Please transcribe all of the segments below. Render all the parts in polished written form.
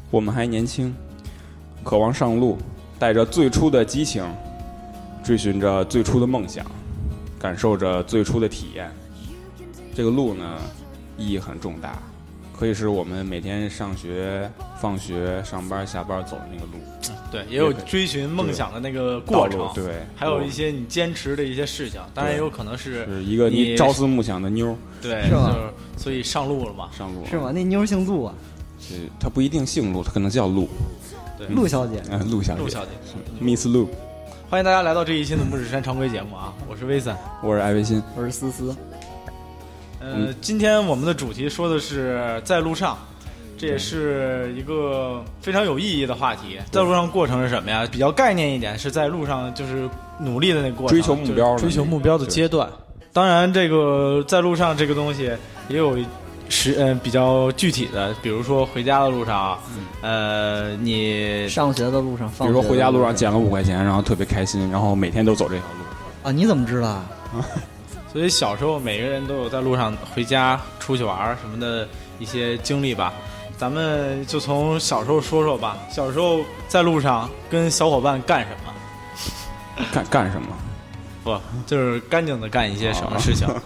我们还年轻，渴望上路，带着最初的激情，追寻着最初的梦想，感受着最初的体验。这个路呢，意义很重大，可以是我们每天上学、放学、上班、下班走的那个路。 对，也有追寻梦想的那个过程， 对， 还有一些你坚持的一些事情，当然也有可能是一个你朝思暮想的妞， 对， 是吧？ 所以上路了嘛， 上路是吗？那妞姓陆啊？ 她不一定姓陆，她可能叫陆。 对， 陆小姐， 陆小姐， 陆小姐 ，Miss 陆。 欢迎大家来到这一期的拇指山常规节目啊！我是威森， 我是艾维新， 我是思思。 今天我们的主题说的是在路上。这也是一个非常有意义的话题。在路上过程是什么呀？比较概念一点，是在路上就是努力的那个过程， 追求目标， 追求目标的阶段。当然，这个在路上这个东西也有比较具体的，比如说回家的路上，你上学的路上， 比如说回家路上捡了5块钱，然后特别开心，然后每天都走这条路。 啊，你怎么知道啊？ 所以小时候每个人都有在路上回家、出去玩什么的一些经历吧。咱们就从小时候说说吧。小时候在路上跟小伙伴干什么？ 干什么？ 不，就是干净的干一些什么事情。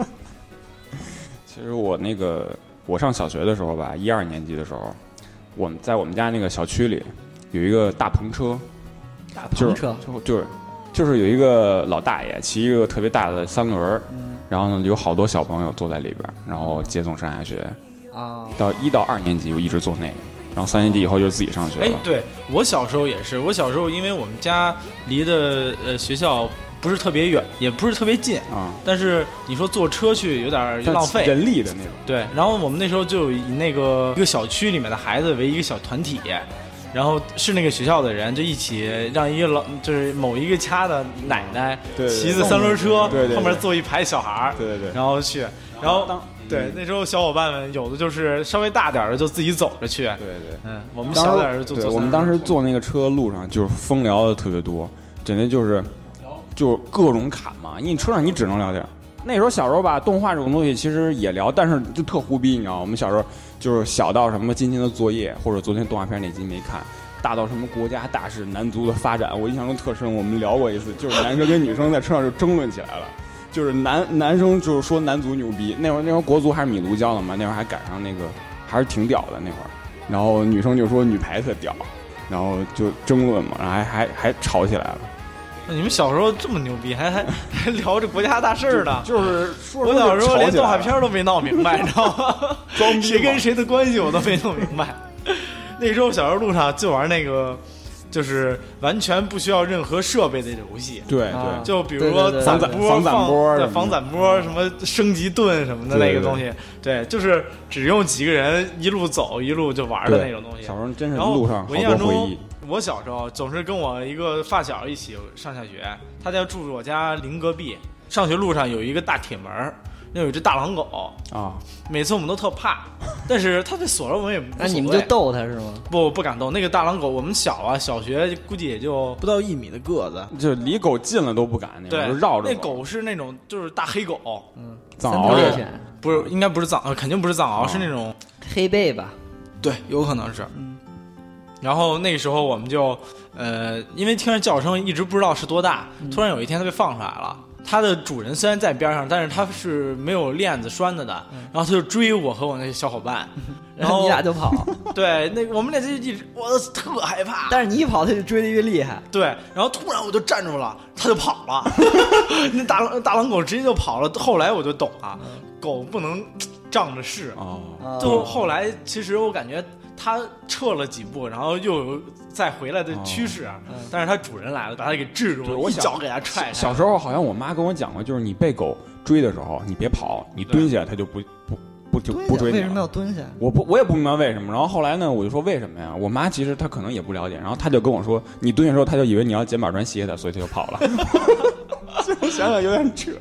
其实我上小学的时候吧，1、2年级的时候，我们在我们家那个小区里有一个大篷车， 大篷车就是有一个老大爷骑一个特别大的3轮，然后呢有好多小朋友坐在里边，然后接送上下学。到1到2年级我一直做那个，然后3年级以后就是自己上学了。 哎，对，我小时候也是。我小时候因为我们家离的学校不是特别远，也不是特别近啊，但是你说坐车去有点浪费人力的那种。 对，然后我们那时候就以那个一个小区里面的孩子为一个小团体，然后是那个学校的人就一起让一个就是某一个家的奶奶骑着3轮车，后面坐一排小孩， 对， 然后去，然后对，那时候小伙伴们有的就是稍微大点的就自己走着去， 对， 我们小点的就坐。 我们当时坐那个车路上就是风聊的特别多，真的就是各种侃嘛，因为车上你只能聊天。那时候小时候吧，动画这种东西其实也聊，但是就特胡逼，你知道吗？我们小时候就是小到什么今天的作业，或者昨天动画片哪集没看，大到什么国家大事、男足的发展，我印象中特深。我们聊过一次，就是男生跟女生在车上就争论起来了。就是男生就是说男足牛逼，那会儿国足还是米卢教的嘛，那会儿还赶上那个还是挺屌的那会儿，然后女生就说女排特屌，然后就争论嘛，然后还吵起来了。 你们小时候这么牛逼，还聊这国家大事呢？ 就是说我小时候连动画片都没闹明白，你知道吗？ 装逼， 谁跟谁的关系我都没弄明白。那时候小时候路上就玩那个。就是完全不需要任何设备的游戏， 对， 就比如说防攒波什么升级盾什么的那个东西，对，就是只用几个人一路走一路就玩的那种东西。 小时候真是路上好多回忆。 我小时候总是跟我一个发小一起上下学，他家住我家邻隔壁，上学路上有一个大铁门。那有一只大狼狗啊，每次我们都特怕，但是它被锁了，我们也无所谓。 那你们就逗它是吗？ 不敢逗。那个大狼狗，我们小啊，小学估计也就不到1米的个子， 就离狗近了都不敢， 对， 就绕着。 那狗是那种就是大黑狗， 藏獒猎犬， 不是，应该不是肯定不是藏獒，是那种黑背吧？ 对，有可能是。然后那个时候我们就因为听着叫声一直不知道是多大，突然有一天它被放出来了。它的主人虽然在边上，但是它是没有链子拴着的，然后它就追我和我那些小伙伴， 然后你俩就跑。 对，那我们俩就一直，我特害怕。 但是你一跑，它就追得越厉害。 对，然后突然我就站住了，它就跑了。那大狼狗直接就跑了。后来我就懂了，狗不能仗着势。就后来其实我感觉它撤了几步，然后又有再回来的趋势，但是它主人来了，把它给制住了，一脚给它踹开。 小时候好像我妈跟我讲过，就是你被狗追的时候，你别跑，你蹲下，它就不追你。 为什么要蹲下？ 我也不明白为什么。然后后来呢，我就说为什么呀？我妈其实她可能也不了解，然后她就跟我说，你蹲下的时候，她就以为你要捡板砖歇她，所以她就跑了。这想想有点扯。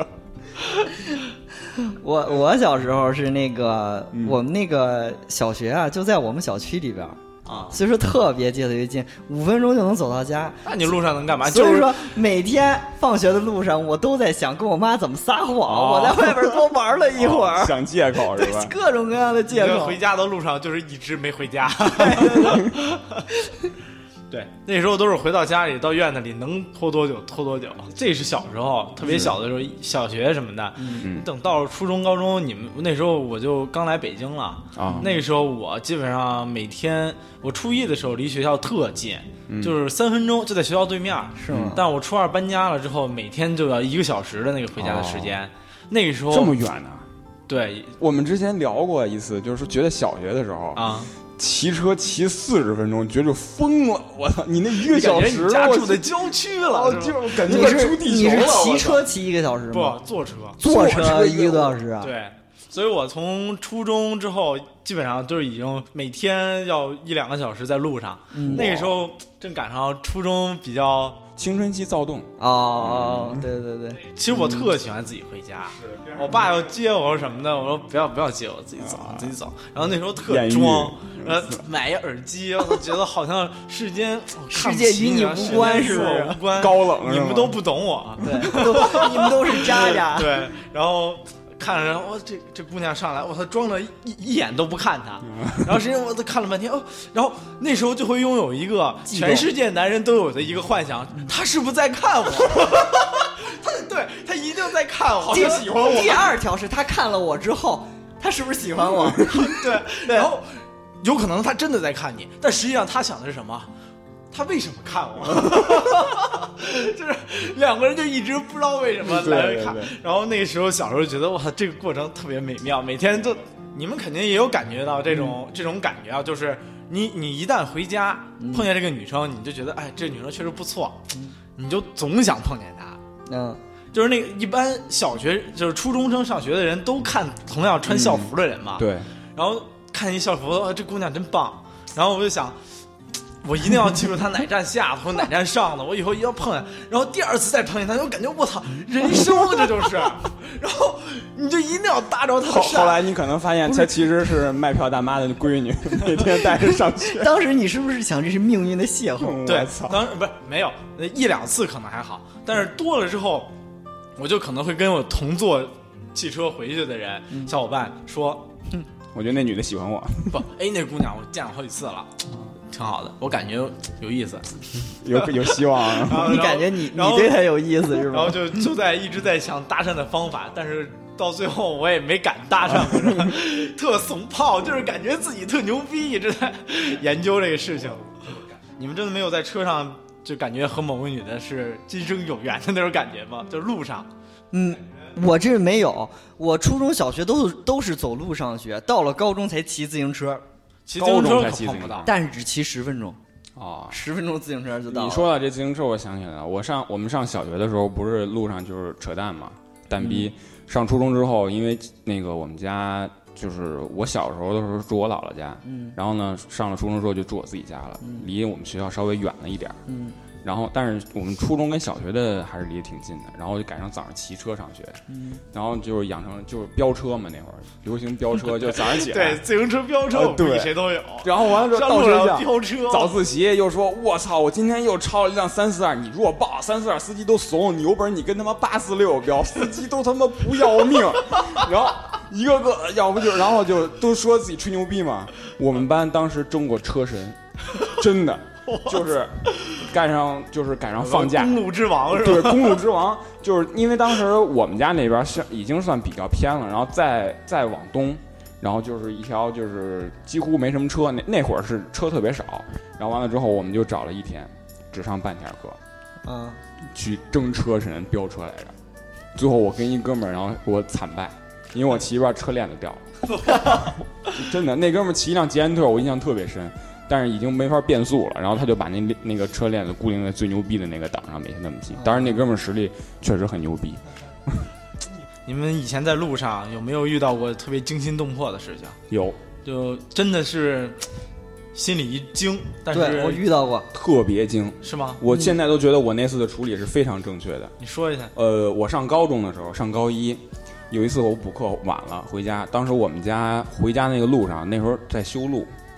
我小时候是那个我们那个小学啊，就在我们小区里边啊， 所以说特别近，5分钟就能走到家。 那你路上能干嘛？ 所以说每天放学的路上，我都在想跟我妈怎么撒谎，我在外边多玩了一会儿， 想借口是吧？ 各种各样的借口。 回家的路上就是一直没回家。对，那时候都是回到家里，到院子里能拖多久拖多久。这是小时候，特别小的时候，小学什么的。等到了初中、高中，你们那时候我就刚来北京了啊。那个时候我基本上每天，我初一的时候离学校特近，就是3分钟就在学校对面， 是吗？ 但我初2搬家了之后，每天就要1个小时的那个回家的时间。那个时候这么远呢？ 对， 我们之前聊过一次，就是觉得小学的时候啊。 骑车骑40分钟，觉得疯了！我操，你那1个小时， 你家住在郊区了， 就感觉快出地球了。 你是骑车骑1个小时吗？ 不，坐车 1个多小时啊。 对，所以我从初中之后，基本上就是已经每天要1-2个小时在路上。那个时候正赶上初中比较青春期躁动。 对。 其实我特喜欢自己回家，我爸要接我什么的，我说不要接我，自己走。然后那时候特装，买一耳机，我觉得好像世界与你无关，是不是？ 无关， 高冷， 你们都不懂我， 对，你们都是渣渣。 对，然后看着这姑娘上来，我操，装的一眼都不看她，然后实际上我都看了半天然后那时候就会拥有一个全世界男人都有的一个幻想，他是不是在看我？他一定在看我，好像喜欢我。 第2条是他看了我之后，他是不是喜欢我？ 对，然后有可能他真的在看你，但实际上他想的是什么？他为什么看我？就是2个人就一直不知道为什么来看。然后那个时候小时候觉得哇，这个过程特别美妙，每天都，你们肯定也有感觉到这种感觉啊，就是你一旦回家碰见这个女生，你就觉得哎，这个女生确实不错，你就总想碰见她。就是那个一般小学就是初中生上学的人都看同样穿校服的人嘛， 对， 然后看一校服，这姑娘真棒，然后我就想，我一定要记住她哪站下的或哪站上的，我以后一定要碰见，然后第2次再碰见她，就感觉我操，人生这就是，然后你就一定要搭着她的后来你可能发现她其实是卖票大妈的闺女，每天带着上学。 当时你是不是想这是命运的邂逅？ 对，当时不是没有1-2次可能还好，但是多了之后。我就可能会跟我同坐汽车回去的人、小伙伴说， 我觉得那女的喜欢我。 不，那姑娘我见了好几次了，挺好的，我感觉有意思， 有希望啊。 你感觉你对她有意思是吧？ 然后就一直在想搭讪的方法，但是到最后我也没敢搭讪，特怂炮，就是感觉自己特牛逼，一直在研究这个事情。你们真的没有在车上就感觉和某个女的是今生有缘的那种感觉吗？就是路上， 我这没有，我初中小学都是走路上学，到了高中才骑自行车。 骑自行车可碰不到， 但是只骑10分钟。10分钟自行车就到了。 你说到这自行车，我想起来了，我们上小学的时候，不是路上就是扯淡嘛，蛋逼。上初中之后，因为那个我们家就是我小时候的时候住我姥姥家，然后呢上了初中之后就住我自己家了，离我们学校稍微远了一点，然后但是我们初中跟小学的还是离得挺近的，然后就赶上早上骑车上学，然后就是养成就是飙车嘛，那会儿流行飙车，就早上起来对自行车飙车，对谁都有。 然后完了之后到学校飙车， 早自习又说我操，我今天又超了一辆342，你如果报342，司机都怂，你有本事你跟他妈846飙，司机都他妈不要命，然后一个个要不就然后就都说自己吹牛逼嘛。我们班当时争过车神，真的。就是赶上放假， 公路之王是吧？ 对，公路之王，就是因为当时我们家那边是已经算比较偏了，然后再往东，然后就是一条就是几乎没什么车，那会儿是车特别少，然后完了之后我们就找了一天，只上半天课，去争车神飙车来着。最后我跟一哥们儿，然后我惨败，因为我骑一半车链子掉了，真的，那哥们儿骑一辆捷安特，我印象特别深。但是已经没法变速了，然后他就把那个车链子固定在最牛逼的那个档上，每天那么骑。当然那哥们儿实力确实很牛逼。 你们以前在路上有没有遇到过特别惊心动魄的事情？ 有， 就真的是心里一惊。但是对，我遇到过， 特别惊， 是吗？ 我现在都觉得我那次的处理是非常正确的。 你说一下。 我上高中的时候，上高一，有一次我补课晚了回家，当时我们家回家那个路上，那时候在修路。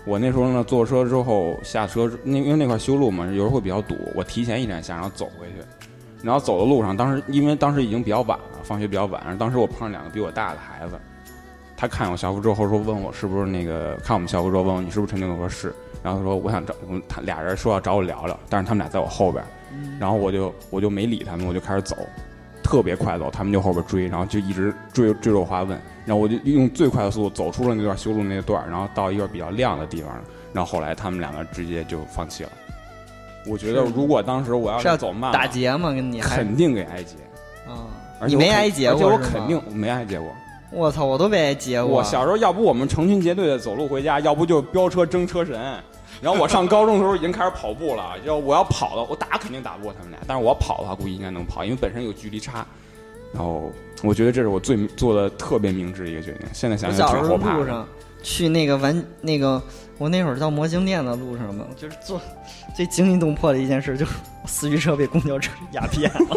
我那时候呢，坐车之后下车，因为那块修路嘛，有时候会比较堵，我提前一站下，然后走回去。然后走的路上，因为当时已经比较晚了，放学比较晚，当时我碰上2个比我大的孩子，他看我校服之后问我是不是那个，看我们校服之后问我你是不是陈静，我说是，然后他说我想找他，俩人说要找我聊聊，但是他们俩在我后边，然后我就没理他们，我就开始走，特别快走，他们就后边追，然后就一直追着我话问，然后我就用最快的速度走出了那段修路那段，然后到一个比较亮的地方，然后后来他们2个直接就放弃了。我觉得如果当时我要是走慢了， 打劫嘛，跟你肯定给挨劫啊！你没挨劫过？ 而且我肯定没挨劫过。 我操，我都被挨劫过。 我小时候要不我们成群结队的走路回家，要不就飙车争车神。然后我上高中的时候已经开始跑步了，我要跑的，我肯定打不过他们俩，但是我要跑的话估计应该能跑，因为本身有距离差。然后我觉得这是我做的特别明智的一个决定。现在想想挺后怕的。 路上去那个我那会儿到模型店的路上嘛，就是做最惊心动魄的一件事，就是四驱车被公交车压扁了。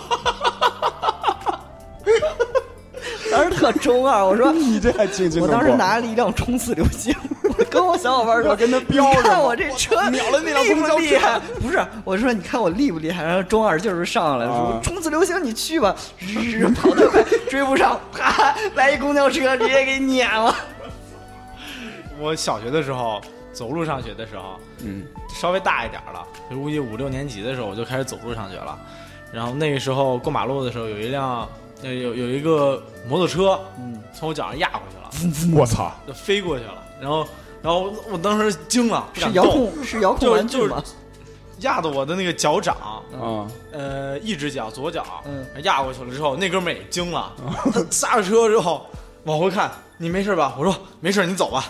当时特中二，我说你这还惊心动魄。 我当时拿了一辆冲刺流星，我跟我小伙伴说， 跟他飙着， 你看我这车秒了那辆公交车， 厉害？不是，我说你看我厉不厉害？然后中二就是上来了，说冲刺流星你去吧，跑得快，追不上，啪，来一公交车直接给碾了。 我小学的时候走路上学的时候，稍微大一点了，就估计5、6年级的时候我就开始走路上学了。然后那个时候过马路的时候，有一个摩托车，从我脚上压过去了， 我操， 就飞过去了。然后我当时惊了， 是遥控玩具吗？ 压到我的那个脚掌，一只脚左脚，压过去了之后，那哥们儿也惊了，他刹着车之后往回看，你没事吧？我说没事，你走吧。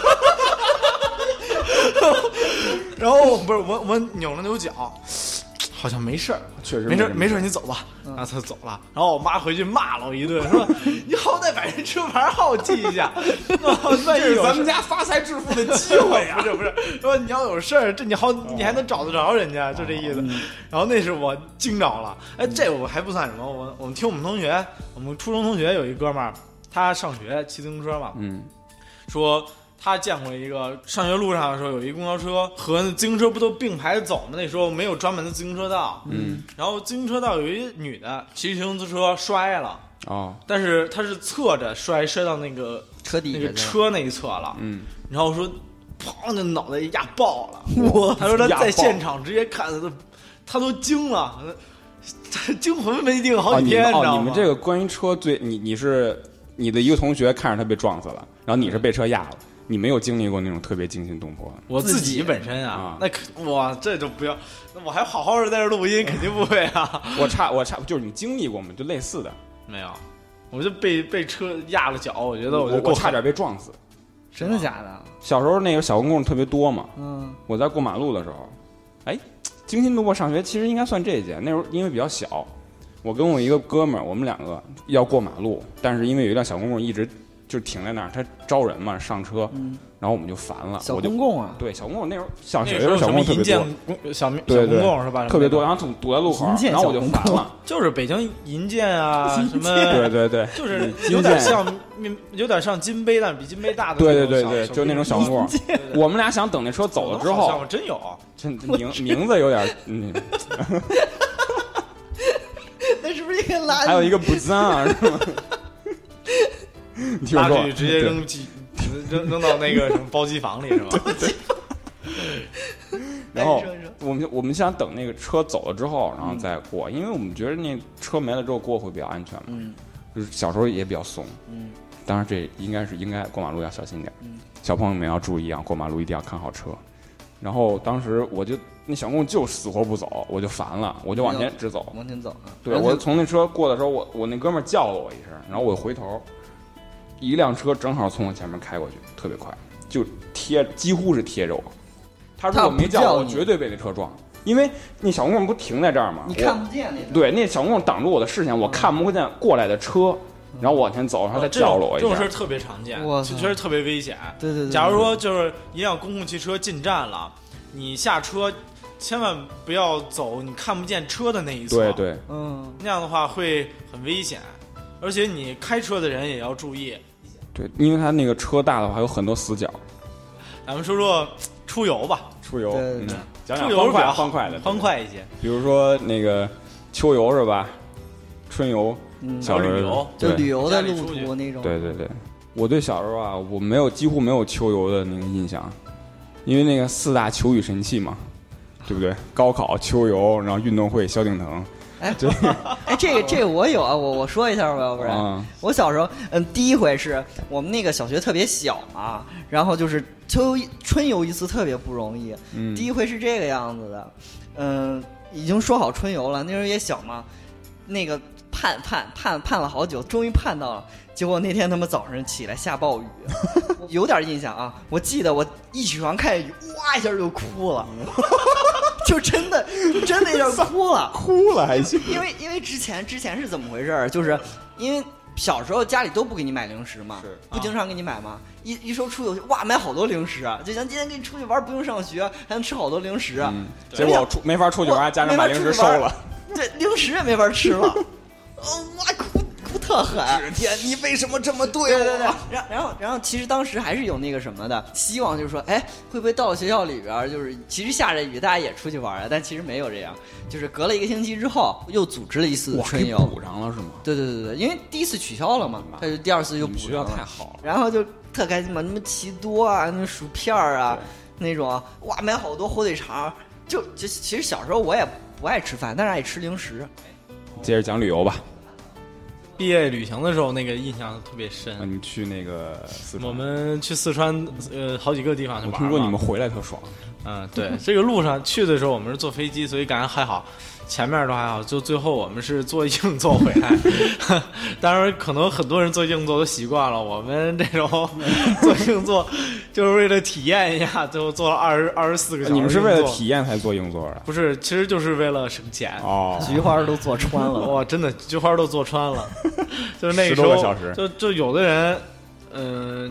然后不是我扭了扭脚，好像没事， 确实没事，你走吧。然后他走了，然后我妈回去骂了我一顿，说你好歹把人车牌号记一下， 这是咱们家发财致富的机会呀。 不是，说你要有事儿，你还能找得着人家，就这意思。然后那是我惊着了，哎，这我还不算什么，我们听我们同学，我们初中同学有一哥们儿，他上学骑自行车嘛，说他见过一个上学路上的时候，有一公交车和自行车不都并排走吗？那时候没有专门的自行车道，然后自行车道有一女的骑自行车摔了，但是她是侧着摔到那个车底下那个车那一侧了，然后说砰就脑袋压爆了，他说他在现场直接看他都惊了，惊魂没定好几天，你知道吗？ 你们这个关于车你是你的一个同学看着他被撞死了，然后你是被车压了。你没有经历过那种特别惊心动魄？ 我自己本身那哇，这就不要，那我还好好的在这录音，肯定不会啊。 我差，就是你经历过吗？就类似的没有，我就被车压了脚，我觉得我差点被撞死。 真的假的？ 小时候那个小公共特别多嘛，我在过马路的时候，惊心动魄上学其实应该算这一届。那时候因为比较小，我跟我一个哥们儿，我们2个要过马路，但是因为有一辆小公共一直就停在那儿，他招人嘛，上车，然后我们就烦了。 小公共啊， 对，小公共那时候小学的时候小公共特别多， 小公共是吧？ 特别多，然后总堵在路口，然后我就烦了。 就是北京银建啊，什么对， 就是有点像金杯，但是比金杯大的。 对，就那种小公共。我们俩想等那车走了之后， 好像真有， 名字有点那是不是一个垃圾？ 还有一个不脏啊，是吗？ 拉去直接扔到那个什么包机房里是吧？ 然后我们想等那个车走了之后，然后再过，因为我们觉得那车没了之后过会比较安全嘛。就是小时候也比较怂。当然这应该过马路要小心点。小朋友们要注意啊，过马路一定要看好车。然后当时那小公就死活不走，我就烦了，我就往前直走。 往前走啊！ 对，我从那车过的时候，我那哥们叫了我一声，然后我回头。一辆车正好从我前面开过去，特别快，就几乎是贴着我。他如果没叫我，绝对被那车撞。因为那小公共不停在这儿吗？ 你看不见那。 对，那小公共挡住我的视线，我看不见过来的车，然后我往前走，然后他叫了我一下。 这种事特别常见，确实特别危险。 对。 假如说就是一辆公共汽车进站了，你下车千万不要走你看不见车的那一侧。 对， 那样的话会很危险。而且你开车的人也要注意， 对，因为他那个车大的话有很多死角。 咱们说说出游吧。 出游，讲讲出游欢快的， 欢快一些。 比如说那个秋游是吧？春游，小旅游， 就旅游的路途那种。 对，我对小时候啊，我几乎没有秋游的那个印象，因为那个4大求雨神器嘛，对不对？高考、秋游，然后运动会、萧敬腾。 这个我有啊，我说一下吧，要不然我小时候，第一回是我们那个小学特别小嘛，然后就是春游一次特别不容易。第一回是这个样子的，已经说好春游了，那时候也小嘛，那个盼了好久，终于盼到了。结果那天他们早上起来下暴雨，有点印象啊。我记得我一起床看见雨，哇一下就哭了，就真的一下哭了还行。 因为之前是怎么回事？就是因为小时候家里都不给你买零食嘛，不经常给你买嘛。一说出游，哇，买好多零食啊！就像今天跟你出去玩，不用上学，还能吃好多零食。 结果没法出去玩，家长把零食收了， 对，零食也没法吃了。哇，哭特狠！ 天，你为什么这么对我？对，然后，其实当时还是有那个什么的希望，就是说，哎，会不会到了学校里边，就是其实下着雨，大家也出去玩啊？但其实没有这样，就是隔了1个星期之后，又组织了一次春游， 补上了是吗？ 对，因为第一次取消了嘛，他就第2次就补上了。 学校太好了， 然后就特开心嘛，什么奇多啊，那薯片啊，那种哇，买好多火腿肠。就其实小时候我也不爱吃饭，但是爱吃零食。 接着讲旅游吧。 毕业旅行的时候，那个印象特别深。 你去那个四川？ 我们去四川，好几个地方去玩。 我听说你们回来特爽。 对，这个路上去的时候，我们是坐飞机，所以感觉还好，前面都还好。就最后我们是坐硬座回来。当然，可能很多人坐硬座都习惯了，我们这种坐硬座就是为了体验一下，最后坐了24个小时。 你们是为了体验才坐硬座的？ 不是，其实就是为了省钱。 菊花都坐穿了， 哇，真的菊花都坐穿了。就是那个时候 10多个小时， 就有的人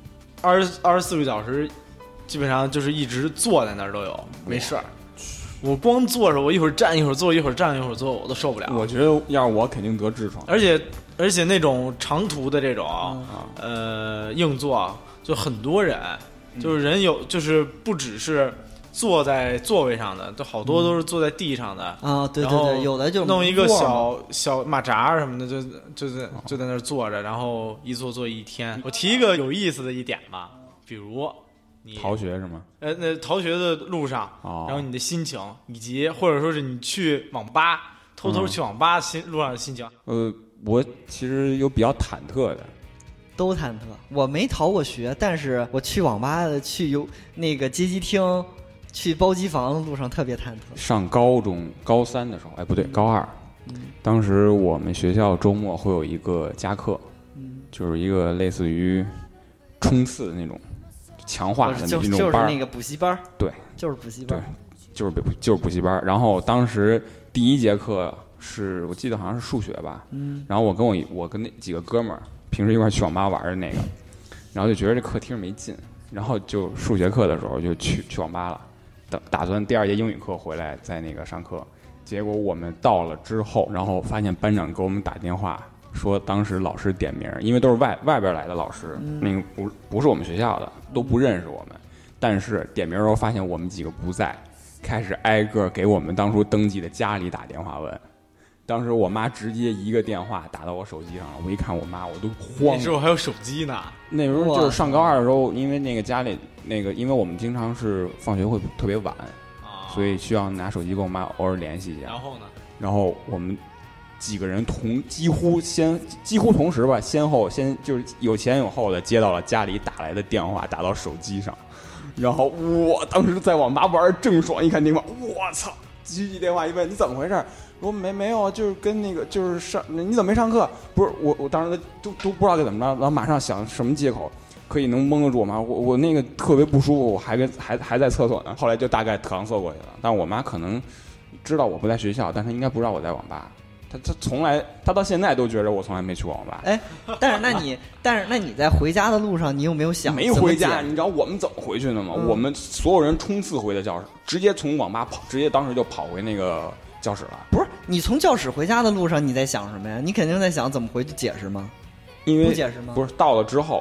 ，24个小时，基本上就是一直坐在那儿都有，没事儿。我光坐着，我一会儿站一会儿坐，一会儿站一会儿坐，我都受不了。 我觉得要是我肯定得痔疮。 而且那种长途的这种硬座，就很多人，就是人有，就是不只是坐在座位上的，都好多都是坐在地上的啊。对，有的就弄一个小马扎什么的，就在那儿坐着，然后一坐一天。我提一个有意思的一点吧，比如你逃学是吗？ 那逃学的路上，然后你的心情，以及或者说是你去网吧偷偷去网吧路上的心情。 我其实有比较忐忑的。 都忐忑，我没逃过学，但是我去网吧的，去那个街机厅，去包机房的路上特别忐忑。 上高中高3的时候，不对，高2，当时我们学校周末会有一个加课，就是一个类似于冲刺的那种强化的那种班， 就是那个补习班。 对， 就是补习班。 对，就是补习班。然后当时第1节课是我记得好像是数学吧，然后我跟那几个哥们儿平时一块去网吧玩的那个，然后就觉得这课听着没劲，然后就数学课的时候就去网吧了，打算第2节英语课回来再那个上课。结果我们到了之后，然后发现班长给我们打电话说，当时老师点名，因为都是外边来的老师，那个不是我们学校的，都不认识我们，但是点名的时候发现我们几个不在，开始挨个给我们当初登记的家里打电话问。当时我妈直接一个电话打到我手机上了，我一看我妈，我都慌了。 那时候还有手机呢？ 那时候就是上高2的时候，因为那个家里那个，因为我们经常是放学会特别晚，所以需要拿手机跟我妈偶尔联系一下。 然后呢？ 然后我们几个人几乎同时吧，先就是有前有后的接到了家里打来的电话，打到手机上。然后我当时在网吧玩正爽，一看电话，我操！举起电话一问，你怎么回事？我没有，就是跟那个就是你怎么没上课？不是我当时都不知道该怎么着，然后马上想什么借口可以能蒙得住我妈。我那个特别不舒服，我还在厕所呢。后来就大概搪塞过去了。但我妈可能知道我不在学校，但她应该不知道我在网吧。她到现在都觉得我从来没去过网吧。 但是那你在回家的路上，你有没有想没回家？你知道我们怎么回去的吗？我们所有人冲刺回的教室，直接从网吧跑，直接当时就跑回那个教室了。 不是你从教室回家的路上，你在想什么呀？你肯定在想怎么回去解释吗？ 因为不解释吗？ 不是到了之后，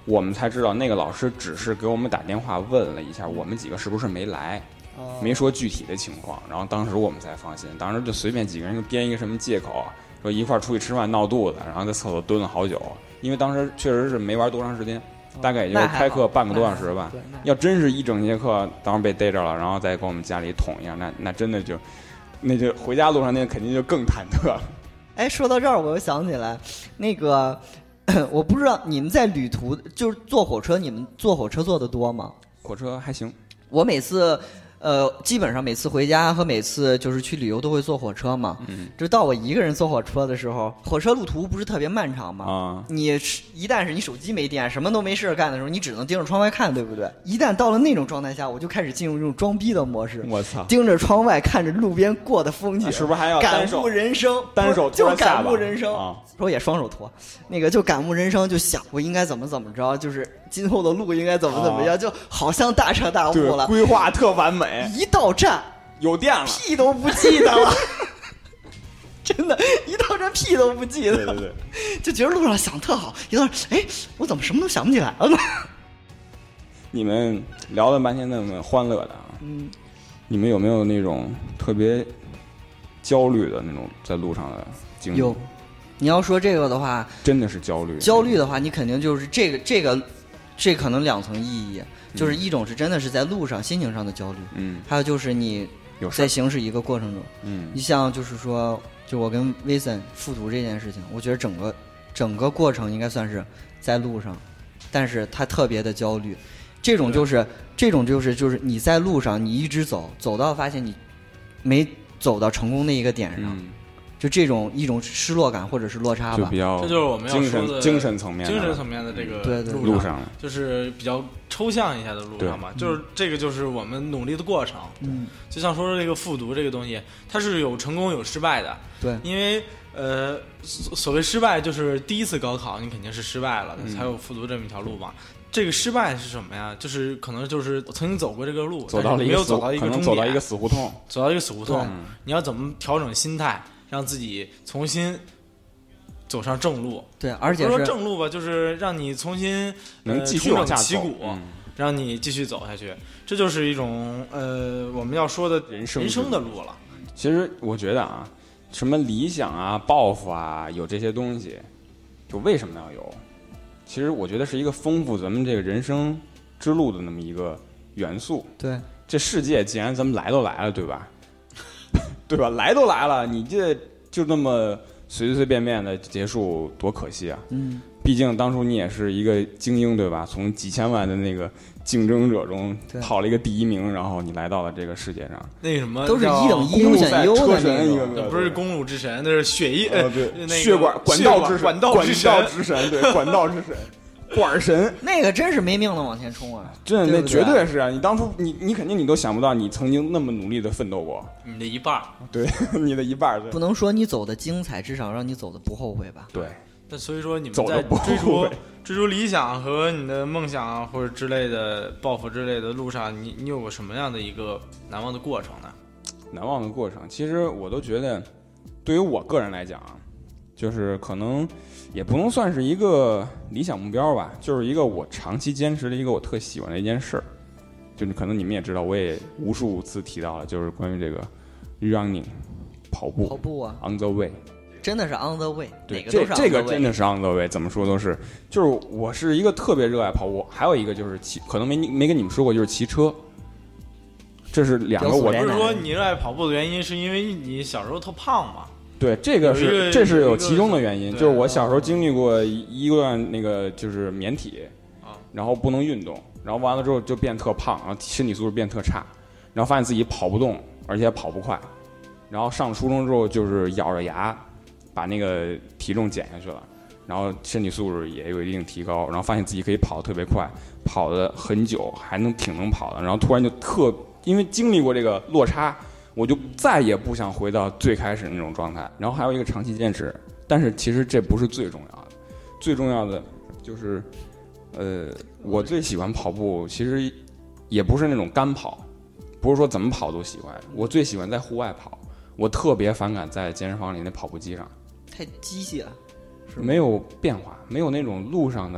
我们才知道那个老师只是给我们打电话问了一下我们几个是不是没来，没说具体的情况。然后当时我们才放心，当时就随便几个人就编一个什么借口，说一块出去吃饭闹肚子，然后在厕所蹲了好久。因为当时确实是没玩多长时间，大概也就是开课半个多小时吧。要真是一整节课当时被逮着了，然后再跟我们家里捅一下，那真的就回家路上那肯定就更忐忑了。 哎，说到这儿我又想起来，那个我不知道你们在旅途就是坐火车，你们坐火车坐的多吗？ 火车还行， 我每次基本上每次回家和每次就是去旅游都会坐火车嘛。就到我一个人坐火车的时候，火车路途不是特别漫长嘛。你一旦是你手机没电，什么都没事干的时候，你只能盯着窗外看，对不对？一旦到了那种状态下，我就开始进入这种装逼的模式。 我操！ 盯着窗外看着路边过的风景， 是不是还要感悟人生？ 单手就感悟人生啊！ 说也双手托，那个就感悟人生，就想我应该怎么着，就是今后的路应该怎么样，就好像大彻大悟了， 规划特完美。 一到站有电了， 屁都不记得了。真的，一到站屁都不记得。 对， 就觉得路上想特好，一到哎，我怎么什么都想不起来了呢？ 你们聊了半天那么欢乐的啊，你们有没有那种特别焦虑的那种在路上的经历？ 有。你要说这个的话， 真的是焦虑。 焦虑的话，你肯定就是这可能两层意义，就是一种是真的是在路上心情上的焦虑，还有就是你在行驶一个过程中，你像就是说，就我跟威森复读这件事情，我觉得整个过程应该算是在路上，但是他特别的焦虑。这种就是你在路上，你一直走到发现你没走到成功的一个点上。就这种一种失落感或者是落差吧， 就比较这就是我们要说的精神层面的这个路上， 就是比较抽象一下的路上嘛，就是这个就是我们努力的过程。就像说这个复读这个东西，它是有成功有失败的。 对， 因为所谓失败就是第一次高考你肯定是失败了，才有复读这么一条路嘛。这个失败是什么呀？就是可能就是曾经走过这个路， 走到了没有走到一个终点， 走到一个死胡同， 你要怎么调整心态？让自己重新走上正路， 对，而且不是说正路吧，就是让你重新能继续往下起鼓，让你继续走下去，这就是一种我们要说的人生的路了。 其实我觉得啊，什么理想啊、抱负啊，有这些东西，就为什么要有？其实我觉得是一个丰富咱们这个人生之路的那么一个元素。 对， 这世界既然咱们来都来了，对吧？对吧？来都来了，你这就那么随随便便的结束，多可惜啊！毕竟当初你也是一个精英，对吧？从几千万的那个竞争者中跑了一个第一名，然后你来到了这个世界上。 那什么都是一等一优选优的那个， 那不是公路之神，那是血管道之神，对，管道之神。管神那个真是没命的往前冲啊！ 真的，那绝对是啊！你当初你肯定你都想不到，你曾经那么努力的奋斗过。 你的一半， 对，你的一半。 不能说你走的精彩，至少让你走的不后悔吧？ 对。 那所以说你们在追逐理想和你的梦想或者之类的抱负之类的路上，你有过什么样的一个难忘的过程呢？ 难忘的过程，其实我都觉得，对于我个人来讲啊，就是可能。也不能算是一个理想目标吧，就是一个我长期坚持的一个我特喜欢的一件事儿，就是可能你们也知道，我也无数次提到了，就是关于这个 running 跑步啊 on the way， 真的是 on the way， 对， 哪个都是 on the way， 这个真的是 on the way， 怎么说都是，就是我是一个特别热爱跑步，还有一个就是可能没跟你们说过，就是骑车。这是两个我不是说你热爱跑步的原因，是因为你小时候特胖嘛？ 对，这是有其中的原因，就是我小时候经历过一段那个就是免体，然后不能运动，然后完了之后就变特胖，然后身体素质变特差，然后发现自己跑不动，而且跑不快，然后上初中之后就是咬着牙把那个体重减下去了，然后身体素质也有一定提高，然后发现自己可以跑得特别快，跑得很久，还挺能跑的，然后突然就因为经历过这个落差。我就再也不想回到最开始那种状态，然后还有一个长期坚持，但是其实这不是最重要的，最重要的就是，我最喜欢跑步，其实也不是那种干跑，不是说怎么跑都喜欢，我最喜欢在户外跑，我特别反感在健身房里那跑步机上， 太机械了， 没有变化，没有那种路上的感觉，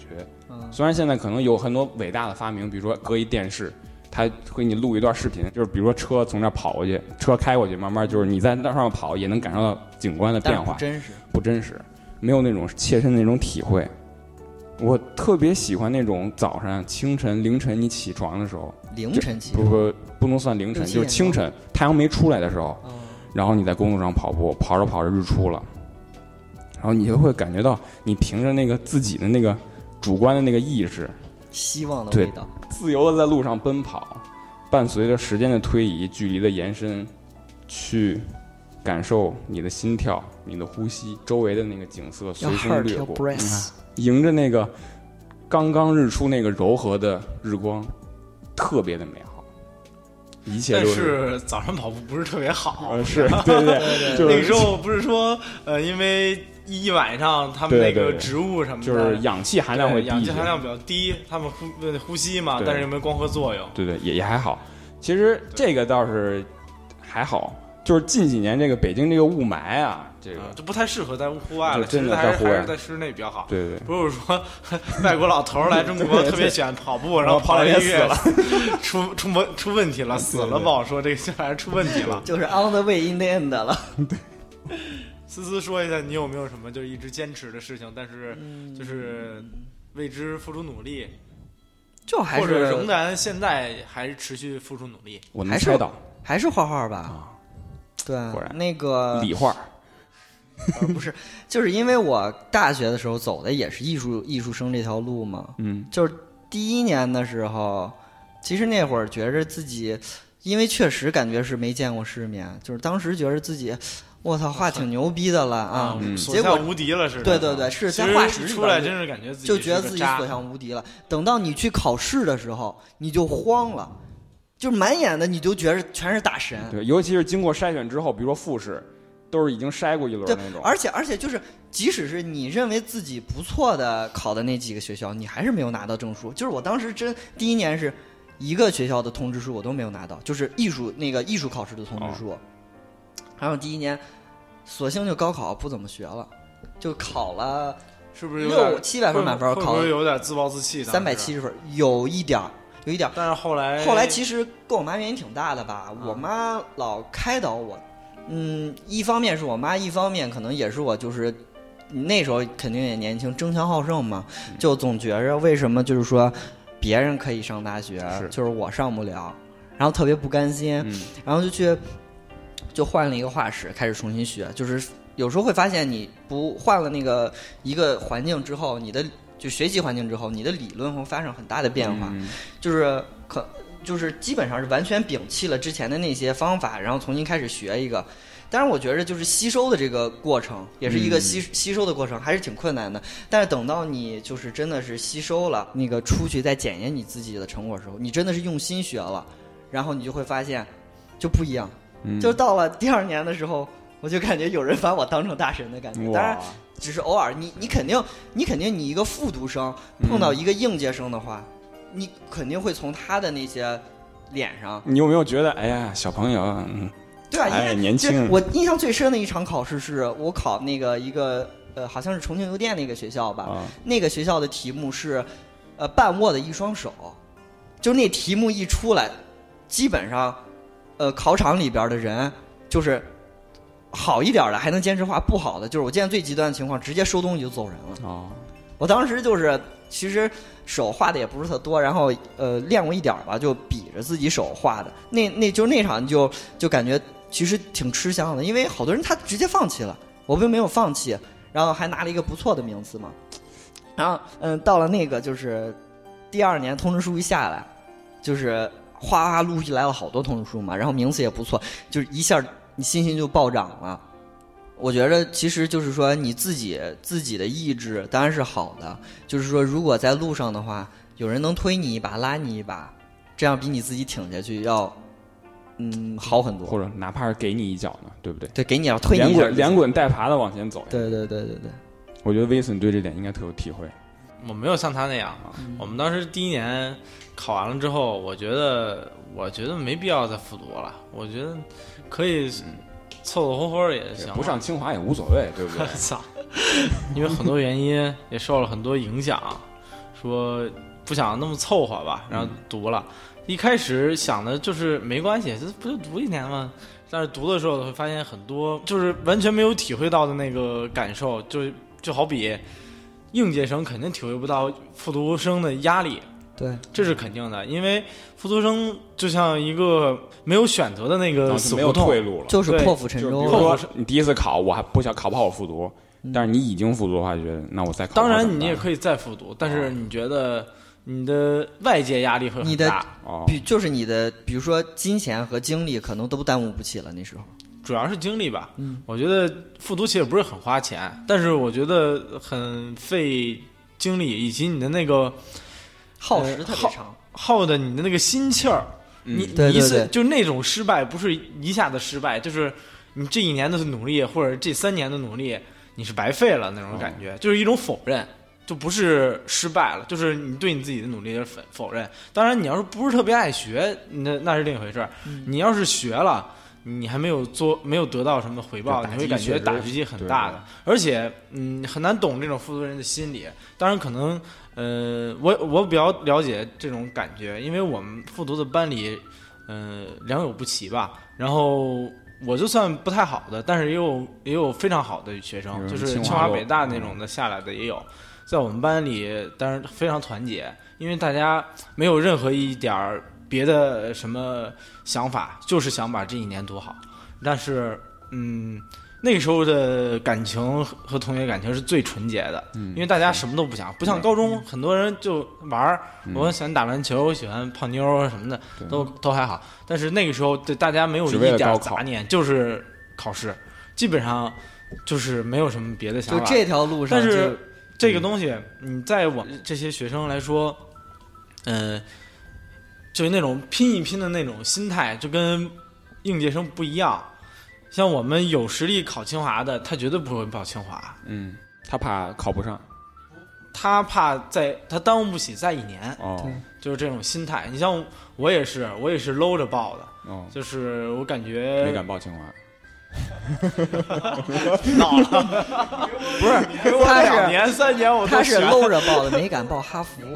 觉。虽然现在可能有很多伟大的发明，比如说搁一电视，它会给你录一段视频，就是比如说车从那跑过去，车开过去，慢慢就是你在那上跑也能感受到景观的变化，不真实，没有那种切身的那种体会。我特别喜欢那种早上、清晨、凌晨你起床的时候， 凌晨起不能算凌晨，就是清晨太阳没出来的时候，然后你在公路上跑步，跑着跑着日出了，然后你就会感觉到你凭着那个自己的那个主观的那个意识， 希望的味道， 自由的在路上奔跑，伴随着时间的推移、距离的延伸，去感受你的心跳、你的呼吸，周围的那个景色随风掠过，迎着那个刚刚日出那个柔和的日光，特别的美好。一切都是。 但是早上跑步不是特别好， 是对对对， 那个时候不是说因为一晚上他们那个植物什么的， 就是氧气含量会低， 氧气含量比较低，他们呼吸嘛，但是又没光合作用。 对对，也还好。其实这个倒是还好。就是近几年这个北京这个雾霾啊，这个就不太适合在户外了， 真的还是在室内比较好。 对对， 不是说外国老头来中国特别喜欢跑步，然后跑了1个月了，出问题了，死了不好说，这个还是出问题了， 就是 on the way in the end 了。 对， 思思说一下，你有没有什么就是一直坚持的事情，但是就是为之付出努力， 就还是或者仍然现在还是持续付出努力？ 我能猜到， 还是画画吧。 啊对， 果然那个理画不是，就是因为我大学的时候走的也是艺术生这条路嘛。就是第一年的时候，其实那会儿觉着自己，因为确实感觉是没见过世面，就是当时觉得自己，我操，画挺牛逼的了啊，结果无敌了似的。 对对对，是在画室出来，真是感觉自己就觉得自己所向无敌了。等到你去考试的时候，你就慌了。就满眼的你就觉得全是大神， 对，尤其是经过筛选之后，比如说复试，都是已经筛过一轮那种。 而且就是，即使是你认为自己不错的考的那几个学校，你还是没有拿到证书。就是我当时第一年是一个学校的通知书我都没有拿到，就是艺术考试的通知书。然后第一年，索性就高考不怎么学了，就考了， 是不是有 700分满分？考会不会有点自暴自弃 ？370分，有一点。 但是后来其实跟我妈原因挺大的吧，我妈老开导我，一方面是我妈，一方面可能也是我，就是那时候肯定也年轻，争强好胜嘛，就总觉着为什么就是说别人可以上大学，就是我上不了，然后特别不甘心，然后就换了一个画室，开始重新学，就是有时候会发现你不换了那个一个环境之后，你的就学习环境之后，你的理论会发生很大的变化，就是基本上是完全摒弃了之前的那些方法，然后重新开始学一个。当然，我觉得就是吸收的这个过程，也是一个吸收的过程，还是挺困难的。但是等到你就是真的是吸收了，那个出去再检验你自己的成果的时候，你真的是用心学了，然后你就会发现就不一样。就到了第2年的时候，我就感觉有人把我当成大神的感觉。当然只是偶尔，你肯定你一个复读生碰到一个应届生的话，你肯定会从他的那些脸上， 你有没有觉得哎呀小朋友， 对啊，因为年轻。 我印象最深的一场考试是我考那个一个好像是重庆邮电那个学校吧，那个学校的题目是半握的一双手，就那题目一出来，基本上考场里边的人就是好一点的还能坚持画，不好的就是我见最极端的情况，直接收东西就走人了。我当时就是其实手画的也不是特多，然后练过一点吧，就比着自己手画的。那就是那场就感觉其实挺吃香的，因为好多人他直接放弃了，我并没有放弃，然后还拿了一个不错的名次嘛。然后到了那个就是第2年通知书一下来，就是哗陆续来了好多通知书嘛，然后名次也不错，就是一下你信心就暴涨了。我觉得其实就是说你自己的意志当然是好的，就是说如果在路上的话，有人能推你一把拉你一把，这样比你自己挺下去要好很多， 或者哪怕是给你一脚呢，对不对？ 对，给你要推你一脚， 连滚带爬的往前走。 对。 我觉得威森对这点应该特有体会。 我没有像他那样，我们当时第1年考完了之后，我觉得没必要再复读了，我觉得可以凑合活也行， 不上清华也无所谓，对不对？ 操，因为很多原因也受了很多影响， 说不想那么凑合吧，然后读了。一开始想的就是没关系，这不就读1年吗？但是读的时候会发现很多就是完全没有体会到的那个感受，就好比应届生肯定体会不到复读生的压力， 对， 这是肯定的，因为复读生就像一个没有选择的那个死胡同，没有退路了， 就是破釜沉舟。 比如说你第一次考，我还不想考不好我复读，但是你已经复读的话，就觉得那我再考。 当然你也可以再复读，但是你觉得你的外界压力会很大， 就是你的，比如说金钱和精力可能都耽误不起了。那时候主要是精力吧。我觉得复读其实不是很花钱，但是我觉得很费精力，以及你的那个耗时特别长， 耗的你的那个心气儿。你一次就那种失败，不是一下子失败，就是你这1年的努力或者这3年的努力，你是白费了那种感觉，就是一种否认。就不是失败了，就是你对你自己的努力的否认。当然，你要是不是特别爱学，那是另一回事。你要是学了，你还没有得到什么回报，你会感觉打击很大的。而且，很难懂这种复读人的心理。当然，可能，我比较了解这种感觉，因为我们复读的班里，良莠不齐吧。然后我就算不太好的，但是也有非常好的学生，就是清华北大那种的下来的也有。在我们班里当然非常团结，因为大家没有任何一点别的什么想法，就是想把这1年读好。但是那个时候的感情和同学感情是最纯洁的，因为大家什么都不想，不像高中很多人就玩，我喜欢打篮球，我喜欢泡妞什么的，都还好。但是那个时候对大家没有一点杂念，就是考试，基本上就是没有什么别的想法。 就这条路上， 但是这个东西，你在我们这些学生来说，就是那种拼一拼的那种心态，就跟应届生不一样。像我们有实力考清华的，他绝对不会报清华。 他怕考不上， 他怕他耽误不起再1年。就是这种心态。你像我也是搂着报的。就是我感觉没敢报清华。 老了，不是他2年3年我他是搂着报的，没敢报哈佛。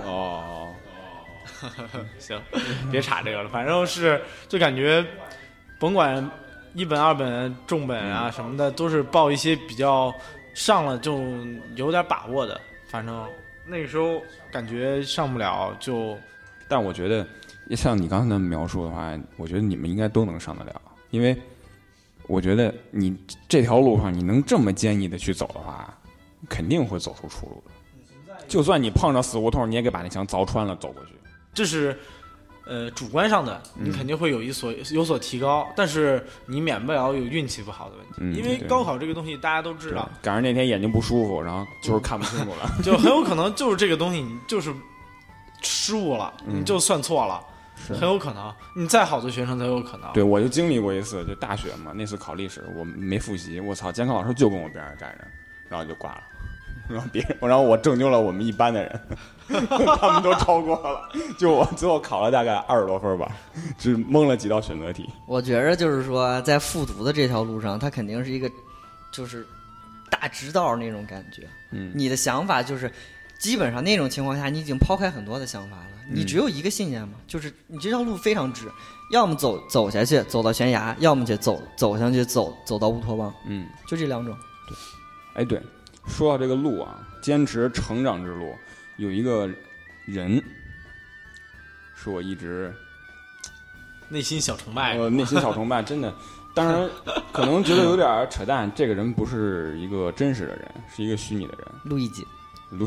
行，别查这个了，反正是就感觉，甭管1本2本重本啊什么的，都是报一些比较上了就有点把握的。反正那个时候感觉上不了就， 但我觉得像你刚才的描述的话，我觉得你们应该都能上得了，因为我觉得你这条路上你能这么坚毅的去走的话，肯定会走出出路的。就算你碰着死胡同，你也给把那墙凿穿了走过去。 这是主观上的，你肯定会有所提高，但是你免不了有运气不好的问题。因为高考这个东西大家都知道， 赶上那天眼睛不舒服，然后就是看不清楚了， 就很有可能就是这个东西你就是失误了，你就算错了。很有可能，你再好的学生都有可能。 对，我就经历过一次，就大学嘛，那次考历史我没复习，我操，监考老师就跟我边上站着，然后就挂了，然后我拯救了我们一班的人，他们都超过了，就我最后考了大概20多分吧，只蒙了几道选择题。 我觉着就是说，在复读的这条路上，它肯定是一个就是大直道那种感觉。你的想法就是。基本上那种情况下，你已经抛开很多的想法了，你只有一个信念嘛，就是你这条路非常直，要么走下去走到悬崖，要么就走下去走到乌托邦，就这2种。 对，对，说到这个路啊，坚持成长之路，有一个人是我一直内心小崇拜， 内心小崇拜，真的。当然，可能觉得有点扯淡，这个人不是一个真实的人，是一个虚拟的人。 路易吉。 路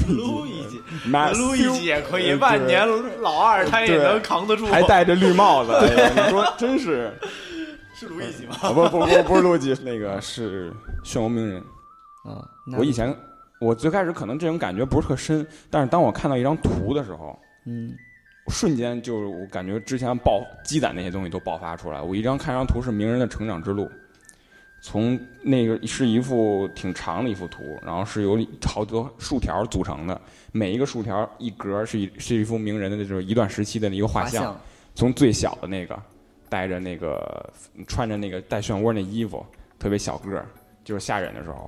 易吉也可以，万年老二他也能扛得住， 还戴着绿帽子。你说真是路易吉吗？ 不是路易吉，那个是漩涡鸣人啊。 我最开始可能这种感觉不是特深，但是当我看到一张图的时候，瞬间就是我感觉之前积攒那些东西都爆发出来。我看张图是鸣人的成长之路。从那个是一幅挺长的一幅图，然后是由好多竖条组成的，每一个竖条一格是一幅名人的就是一段时期的一个画像。从最小的那个带着那个穿着那个带漩涡那衣服，特别小个儿，就是吓人的时候，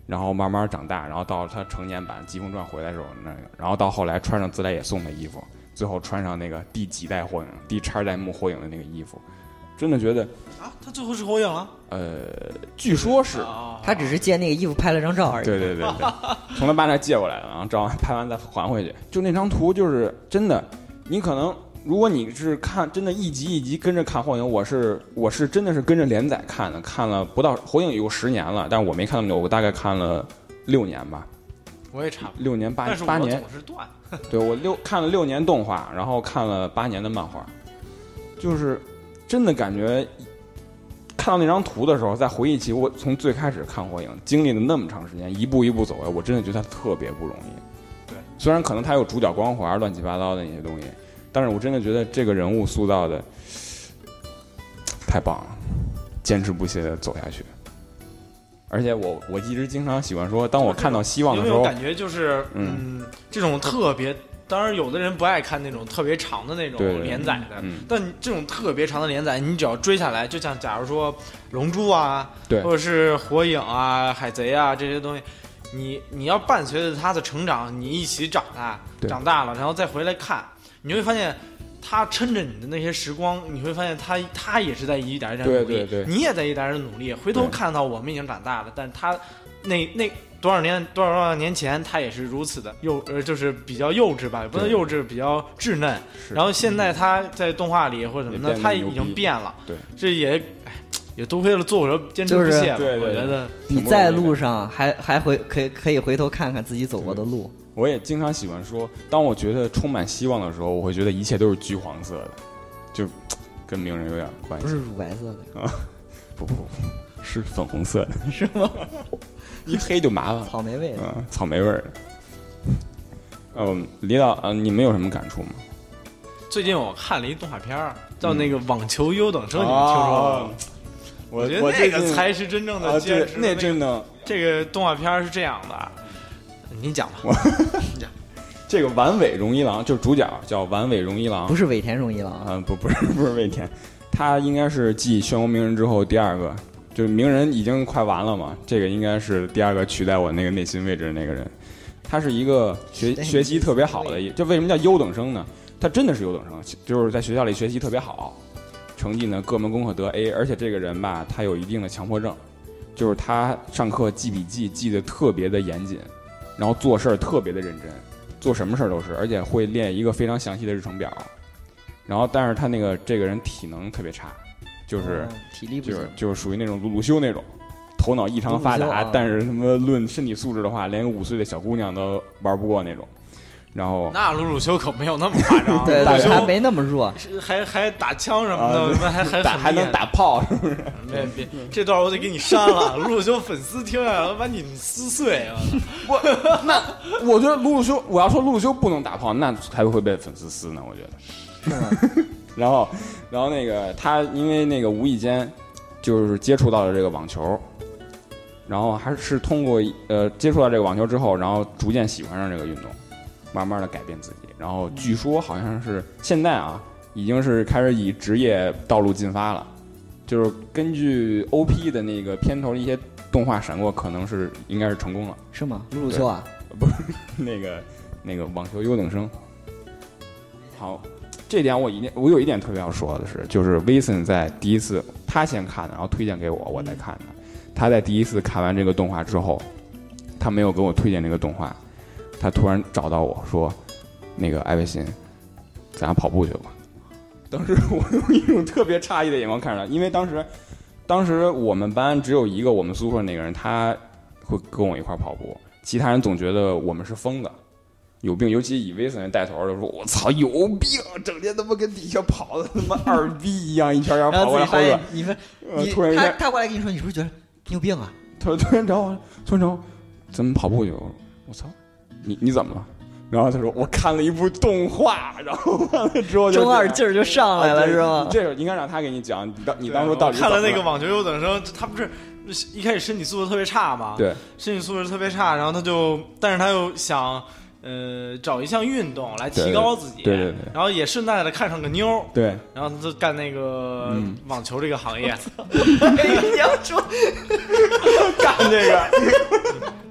然后慢慢长大，然后到他成年版《疾风传》回来的时候那个，然后到后来穿上自来也送的衣服，最后穿上那个第几代火影、第X代目火影的那个衣服，真的觉得啊，他最后是火影了？ 据说是， 他只是借那个衣服拍了张照而已。 对，从他爸那借过来的，然后照完拍完再还回去。就那张图，就是真的，你可能如果你是看真的一集一集跟着看火影，我是真的是跟着连载看的，看了不到火影有10年了，但是我没看那么久，我大概看了6年吧。 我也差不多 6年8年， 但是我总是断。 对，我看了6年动画，然后看了8年的漫画，就是真的感觉看到那张图的时候，再回忆起我从最开始看火影经历了那么长时间，一步一步走来，我真的觉得他特别不容易。 对， 虽然可能他有主角光环乱七八糟的那些东西，但是我真的觉得这个人物塑造的太棒了，坚持不懈的走下去。而且我一直经常喜欢说，当我看到希望的时候， 有没有感觉就是这种特别，当然有的人不爱看那种特别长的那种连载的，但这种特别长的连载，你只要追下来，就像假如说龙珠啊， 对， 或者是火影啊、海贼啊这些东西，你要伴随着他的成长，你一起长大了，然后再回来看，你会发现他撑着你的那些时光，你会发现他也是在一点一点努力， 对， 你也在一点点努力。回头看到我们已经长大了，但是他那多少年前，他也是如此的就是比较幼稚吧，也不能幼稚，比较稚嫩。然后现在他在动画里或者什么的，他已经变了。 对， 这也多亏了作者坚持不懈吧。 对， 我觉得你在路上还可以回头看看自己走过的路。 我也经常喜欢说，当我觉得充满希望的时候，我会觉得一切都是橘黄色的，就跟鸣人有点关系。 不是乳白色的啊？不，是粉红色的， 是吗？ 一黑就麻烦了。 草莓味的， 草莓味的。李导，你们有什么感触吗？ 最近我看了一动画片叫那个《网球优等生》，你们听说吗？我觉得那个才是真正的坚持。 那真的， 这个动画片是这样的。你讲吧，你讲。 这个丸尾荣一郎就是主角，叫丸尾荣一郎， 不是尾田荣一郎不是尾田，他应该是继漩涡鸣人之后第二个，就是鸣人已经快完了嘛，这个应该是第二个取代我那个内心位置的那个人。他是一个学习特别好的，就为什么叫优等生呢？他真的是优等生，就是在学校里学习特别好，成绩呢各门功课得 A， 而且这个人吧，他有一定的强迫症，就是他上课记笔记记得特别的严谨。然后做事儿特别的认真，做什么事儿都是，而且会列一个非常详细的日程表。然后，但是他这个人体能特别差，就是体力不行， 就是属于那种鲁鲁修那种，头脑异常发达，但是他妈论身体素质的话，连个5岁的小姑娘都玩不过那种。然后那鲁鲁修可没有那么夸张， 对，还没那么弱， 还打枪什么的， 还能打炮，是不是？ 别，这段我得给你删了。鲁鲁修粉丝听下来把你撕碎啊！ 我觉得鲁鲁修，我要说鲁鲁修不能打炮，那才会被粉丝撕呢。我觉得是吗？ 然后那个他因为那个无意间就是接触到了这个网球，然后还是通过接触到这个网球之后，然后逐渐喜欢上这个运动。慢慢的改变自己，然后据说好像是现在已经是开始以职业道路进发了，就是根据 OP 的那个片头的一些动画闪过，可能是应该是成功了。 是吗？鲁鲁修啊？ 不是那个网球优等生。好，这点我有一点特别要说的是，就是 Wilson 在第一次他先看的，然后推荐给我，我再看的。他在第一次看完这个动画之后，他没有给我推荐这个动画。他突然找到我说：“那个艾维新，咱俩跑步去吧。”当时我用一种特别诧异的眼光看着他，因为当时我们班只有一个我们宿舍那个人，他会跟我一块跑步，其他人总觉得我们是疯的，有病。尤其以威森带头的说：“我操，有病！整天他妈跟底下跑的他妈二逼一样，一圈圈跑过来好远。”突然他过来跟你说：“你是不是觉得你有病啊？” 他说：“突然找我，咱们跑步去。”我操！你怎么了？然后他说我看了一部动画，然后完了之后中二劲儿就上来了，是吗？ 这个应该让他给你讲，你当初到底看了那个网球优等生，他不是一开始身体素质特别差嘛？ 对， 身体素质特别差，然后但是他又想找一项运动来提高自己， 对， 然后也顺带的看上个妞， 对， 然后他就干那个网球这个行业。 你要说干这个。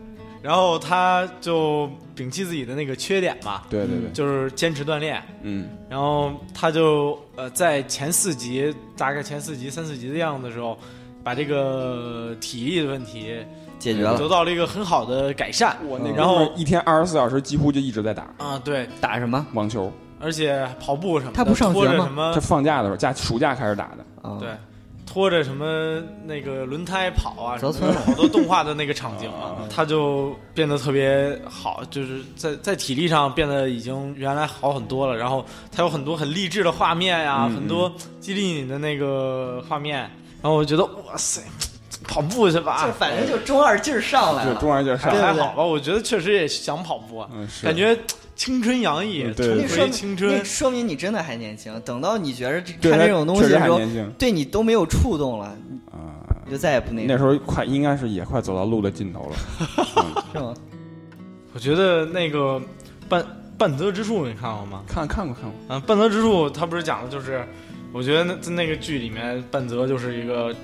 然后他就摒弃自己的那个缺点嘛， 对对对， 就是坚持锻炼。然后他就在前4集，大概前4集、3、4集的样子的时候，把这个体力的问题解决了， 得到了一个很好的改善。 然后一天24小时几乎就一直在打啊，对， 打什么网球， 而且跑步什么的。 他不上学吗？ 他放假的时候，暑假开始打的。 对。拖着什么那个轮胎跑啊，好多动画的那个场景啊，他就变得特别好，就是在体力上变得已经原来好很多了。然后他有很多很励志的画面呀，很多激励你的那个画面。然后我觉得哇塞，跑步去吧， 就反正就中二劲儿上来了， 中二劲儿上来还好吧？我觉得确实也想跑步啊，感觉青春洋溢，重回青春， 那说明你真的还年轻。等到你觉得看这种东西的时候，对你都没有触动了你就再也不那时候应该是也快走到路的尽头了， 是吗？ 我觉得那个半泽直树你看过吗？ 看过半泽直树他不是讲的就是，我觉得在那个剧里面，半泽就是一个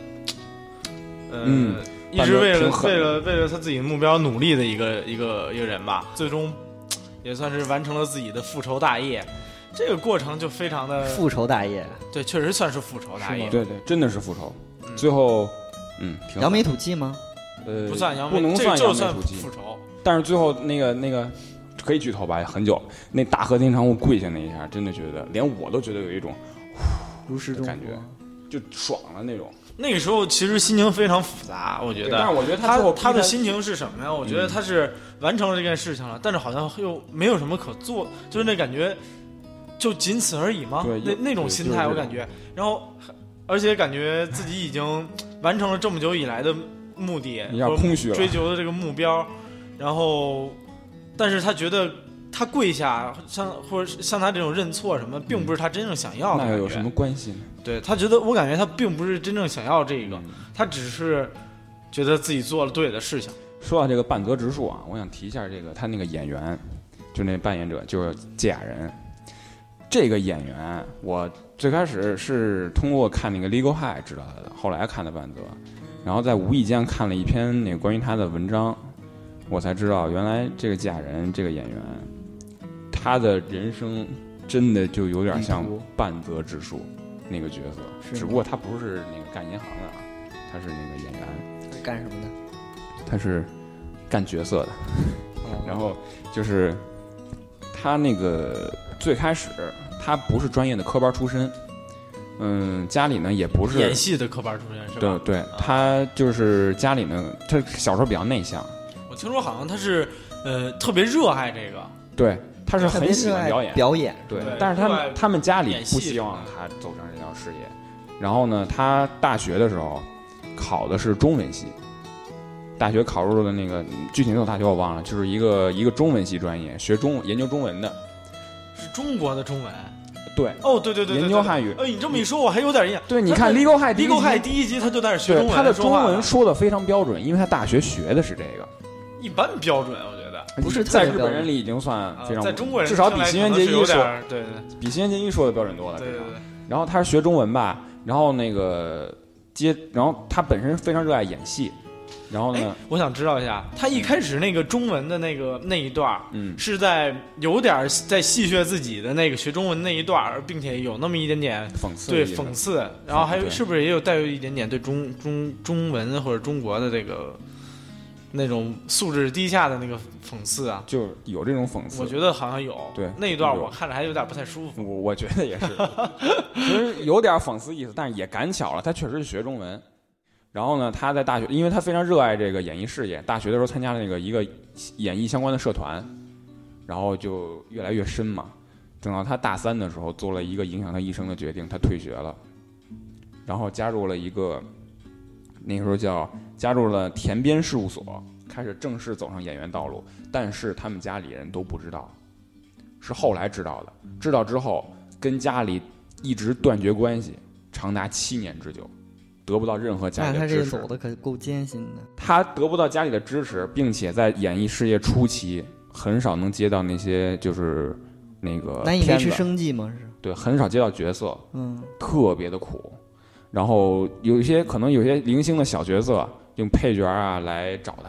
一直为了他自己的目标努力的一个人吧，最终也算是完成了自己的复仇大业。这个过程就非常的复仇大业， 对，确实算是复仇大业。 对对，真的是复仇。最后， 扬眉吐气吗？ 不算扬眉， 不能算扬眉吐气，复仇。 但是最后那个可以剧透吧？很久，那大和田常务跪下那一下，真的觉得连我都觉得有一种如释重负感觉，就爽了那种。 那个时候其实心情非常复杂，我觉得。 但是我觉得他的心情是什么呀？我觉得他是完成了这件事情了，但是好像又没有什么可做，就是那感觉就仅此而已吗？那种心态我感觉，然后而且感觉自己已经完成了这么久以来的目的， 你要空虚了， 追求的这个目标，然后，但是他觉得他跪下，或者像他这种认错什么，并不是他真正想要的。 那有什么关系呢？ 对，他觉得，我感觉他并不是真正想要这个，他只是觉得自己做了对的事情。 说到这个半泽直树啊，我想提一下这个他那个演员，就那扮演者就是芥雅人。这个演员我最开始是通过看那个 Legal High 知道他的，后来看的半泽，然后在无意间看了一篇那个关于他的文章，我才知道原来这个芥雅人这个演员，他的人生真的就有点像半泽直树那个角色，只不过他不是那个干银行的啊，他是那个演员。 他是干什么的？ 他是干角色的，然后就是他那个最开始他不是专业的科班出身，家里呢也不是演戏的科班出身是吧？ 对，他就是家里呢，他小时候比较内向。 我听说好像他是特别热爱这个， 对，他是很喜欢表演， 对，但是他们家里不希望他走上这条事业。然后呢，他大学的时候考的是中文系，大学考入的那个具体那所大学我忘了，就是一个中文系专业，研究中文的， 是中国的中文。 对， 对， 研究汉语。 你这么一说，我还有点印象。 对，你看 Legal High 第一集他就在那学中文， 他的中文说的非常标准，因为他大学学的是这个。 一般标准，我觉得不是在日本人里已经算非常， 在中国人至少比新垣结衣说， 对， 比新垣结衣说的标准多了。 对。 然后他是学中文吧，然后那个然后他本身非常热爱演戏。然后呢？ 我想知道一下，他一开始那个中文的那一段，是在有点在戏谑自己的那个学中文那一段，并且有那么一点点讽刺， 对讽刺，然后还有是不是也有带有一点点对中文或者中国的这个那种素质低下的那个讽刺啊？ 就有这种讽刺， 我觉得好像有。 对， 那一段我看着还有点不太舒服。我觉得也是，其实有点讽刺意思，但是也赶巧了，他确实是学中文。然后呢，他在大学，因为他非常热爱这个演艺事业，大学的时候参加了一个演艺相关的社团，然后就越来越深嘛。等到他大3的时候，做了一个影响他一生的决定，他退学了，然后加入了那个时候加入了田边事务所，开始正式走上演员道路。但是他们家里人都不知道，是后来知道的。知道之后，跟家里一直断绝关系，长达7年之久。得不到任何家里的支持， 他这走的可够艰辛的。 他得不到家里的支持，并且在演艺事业初期很少能接到那些就是那个难以维持生计吗？是对，很少接到角色，特别的苦。然后可能有些零星的小角色用配角啊来找他，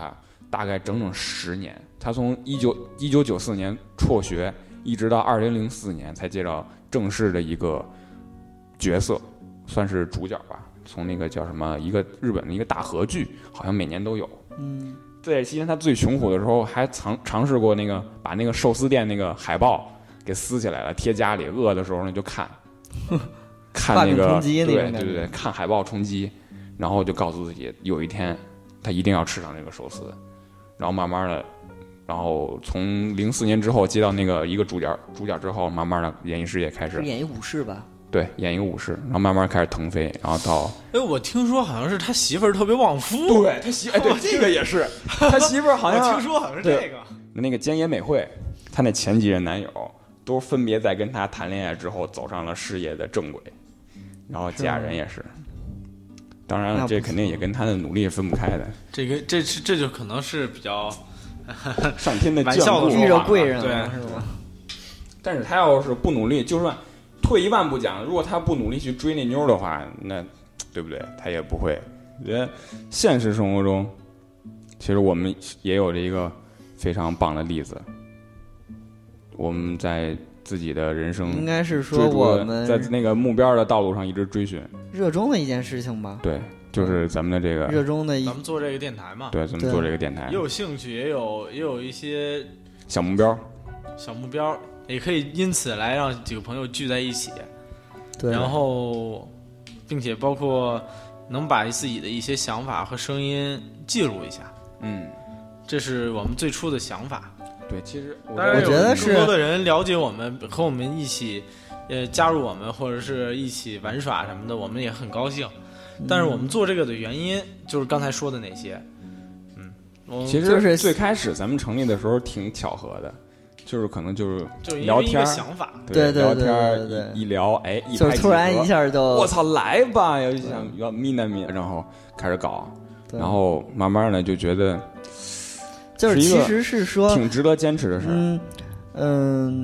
大概整整10年。他从1994年辍学，一直到2004年才接到正式的一个角色，算是主角吧。从那个叫什么一个日本的一个大河剧，好像每年都有。在期间他最穷苦的时候，还尝试过那个把那个寿司店那个海报给撕起来了，贴家里，饿的时候呢就看那个对，看海报充饥，然后就告诉自己有一天他一定要吃上这个寿司，然后慢慢的，然后从04年之后接到那个一个主角之后，慢慢的演艺事业开始演一武士吧。 对，演一个武士，然后慢慢开始腾飞，然后到我听说好像是他媳妇儿特别旺夫， 对他对这个也是，他媳妇儿好像我听说好像是这个那个菅野美惠，他那前几任男友都分别在跟他谈恋爱之后走上了事业的正轨，然后嫁人也是，当然了，这肯定也跟他的努力分不开的。 这就可能是比较上天的眷顾， 遇着贵人了， 对， 是吧？ 但是他要是不努力，就算退一万步讲，如果他不努力去追那妞的话，那对不对？他也不会。我觉得现实生活中，其实我们也有一个非常棒的例子。我们在自己的人生， 应该是说我们在那个目标的道路上一直追寻， 热衷的一件事情吧。 对，就是咱们的这个热衷的， 咱们做这个电台嘛。 对，咱们做这个电台， 也有兴趣，也有一些小目标，也可以因此来让几个朋友聚在一起， 对， 然后并且包括能把自己的一些想法和声音记录一下，这是我们最初的想法。 对，其实当然有更多的人了解我们，和我们一起加入我们，或者是一起玩耍什么的，我们也很高兴。但是我们做这个的原因就是刚才说的那些， 其实最开始咱们成立的时候挺巧合的。就是可能就是聊天想法， 对聊天一聊，哎， 就是突然一下就我操来吧，要咪，然后开始搞，然后慢慢的就觉得， 就是其实是说挺值得坚持的事儿。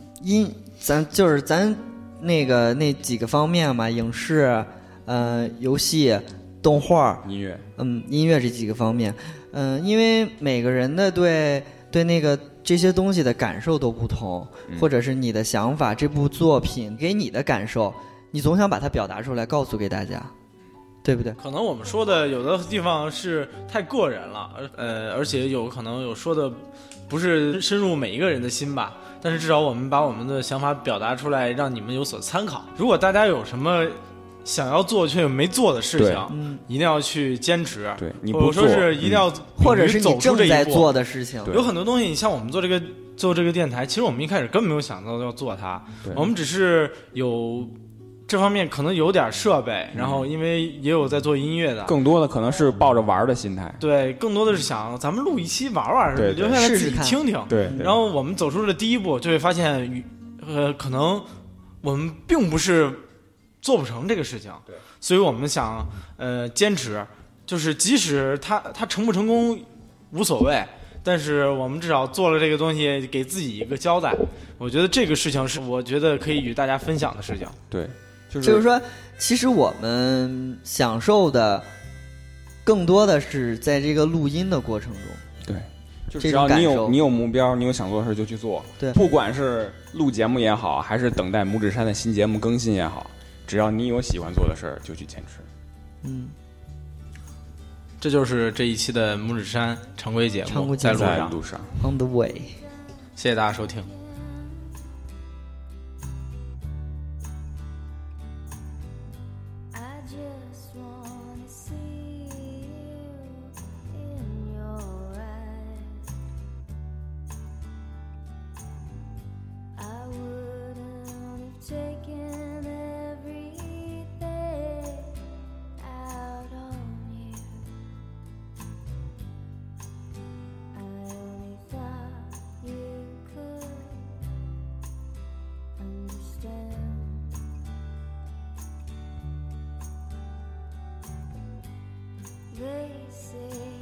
咱那几个方面嘛，影视、游戏、动画、 音乐， 音乐这几个方面，因为每个人的对那个。这些东西的感受都不同，或者是你的想法，这部作品给你的感受，你总想把它表达出来，告诉给大家，对不对？ 可能我们说的有的地方是太个人了，而且有可能有说的不是深入每一个人的心吧。但是至少我们把我们的想法表达出来，让你们有所参考。如果大家有什么想要做却没做的事情，一定要去坚持。 对，你不说是一定要， 或者是你正在做的事情。 有很多东西，你像我们做这个电台，其实我们一开始根本没有想到要做它，我们只是有这方面可能有点设备，然后因为也有在做音乐的， 更多的可能是抱着玩的心态。 对，更多的是想咱们录一期玩，留下来自己听听。 对， 然后我们走出了第一步，就会发现，可能我们并不是。做不成这个事情， 对， 所以我们想，坚持，就是即使它成不成功无所谓，但是我们至少做了这个东西，给自己一个交代。我觉得这个事情是我觉得可以与大家分享的事情。 对， 就是说，其实我们享受的更多的是在这个录音的过程中。 对，就只要你有目标，你有想做的事就去做。 对， 不管是录节目也好，还是等待拇指山的新节目更新也好。只要你有喜欢做的事儿，就去坚持。 这就是这一期的拇指山常规节目，在路上 ，On the way。 谢谢大家收听。 They say